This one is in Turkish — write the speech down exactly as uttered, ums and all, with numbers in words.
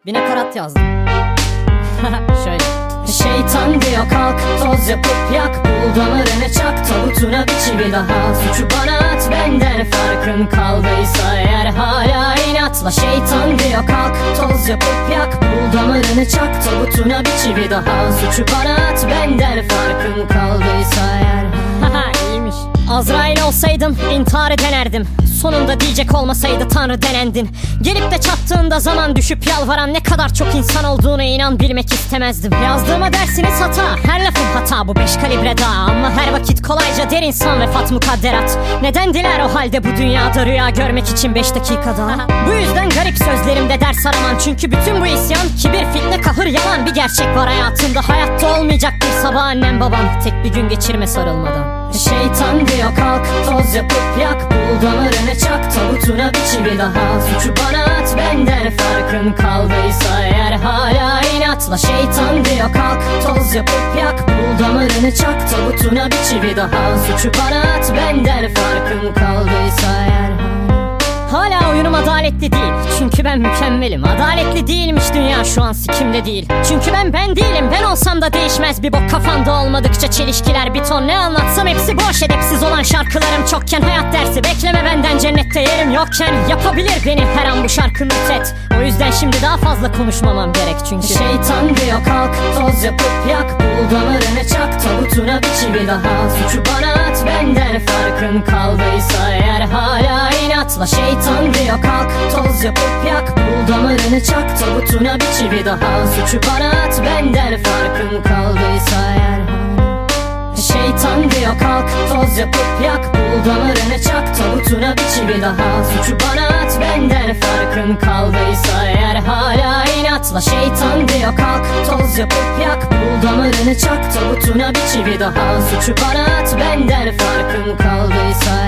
Bir nakarat yazdım. Şöyle. Şeytan diyor kalk toz yapıp yak, bul damarını çak, tabutuna bir çivi daha. Suçu bana at, benden farkın kaldıysa eğer hala inatla. Şeytan diyor kalk toz yapıp yak, bul damarını çak, tabutuna bir çivi daha. Suçu bana at, benden farkın kaldıysa eğer. İyiymiş. Azrail olsaydım intiharı denerdim. Sonunda diyecek olmasaydı Tanrı denendin. Gelip de çattığında zaman düşüp yalvaran ne kadar çok insan olduğunu inan bilmek istemezdim. Yazdığıma dersiniz hata, her lafım hata, bu beş kalibre daha. Ama her vakit kolayca der insan vefat mukadderat. Neden diler o halde bu dünyada rüya görmek için beş dakikada? Bu yüzden garip sözlerimde ders araman. Çünkü bütün bu isyan, kibir, fitne, kahır, yalan. Bir gerçek var hayatımda, hayatta olmayacak bir sabah annem babam. Tek bir gün geçirme sarılmadan. Şeytan diyor kalk toz yapıp yak, bul damarını çak, tabutuna bir çivi daha. Suçu bana at, benden farkın kaldıysa eğer hala inatla. Şeytan diyor kalk toz yapıp yak, bul damarını çak, tabutuna bir çivi daha. Suçu bana at, benden farkın kaldıysa eğer. Hala oyunum adaletli değil, çünkü ben mükemmelim. Adaletli değilmiş dünya şu an sikimde değil. Çünkü ben ben değilim, ben olsam da değişmez bir bok. Kafanda olmadıkça çelişkiler bir ton. Ne anlatsam hepsi boş, edepsiz olan şarkılarım çokken. Hayat dersi bekleme benden, cennette yerim yokken. Yapabilir beni her an bu şarkı nükret. O yüzden şimdi daha fazla konuşmamam gerek çünkü. Şeytan diyor kalk toz yapıp yak, bul damarını çak, tabutuna bir çivi daha. Suçu bana at, benden farkın kaldıysa eğer hala inatla. Şeytan diyor kalk toz yapıp yak, bul damarını çak, tabutuna bir çivi daha. Suçu bana at, benden farkın kaldıysa eğer. Şeytan diyor kalk toz yapıp yak, bul damarını çak, tabutuna bir çivi daha. Suçu bana at, benden farkın kaldıysa eğer hala inatla. Şeytan diyor kalk toz yapıp yak, bul damarını çak, tabutuna bir çivi daha. Suçu bana at, benden farkın kaldıysa eğer.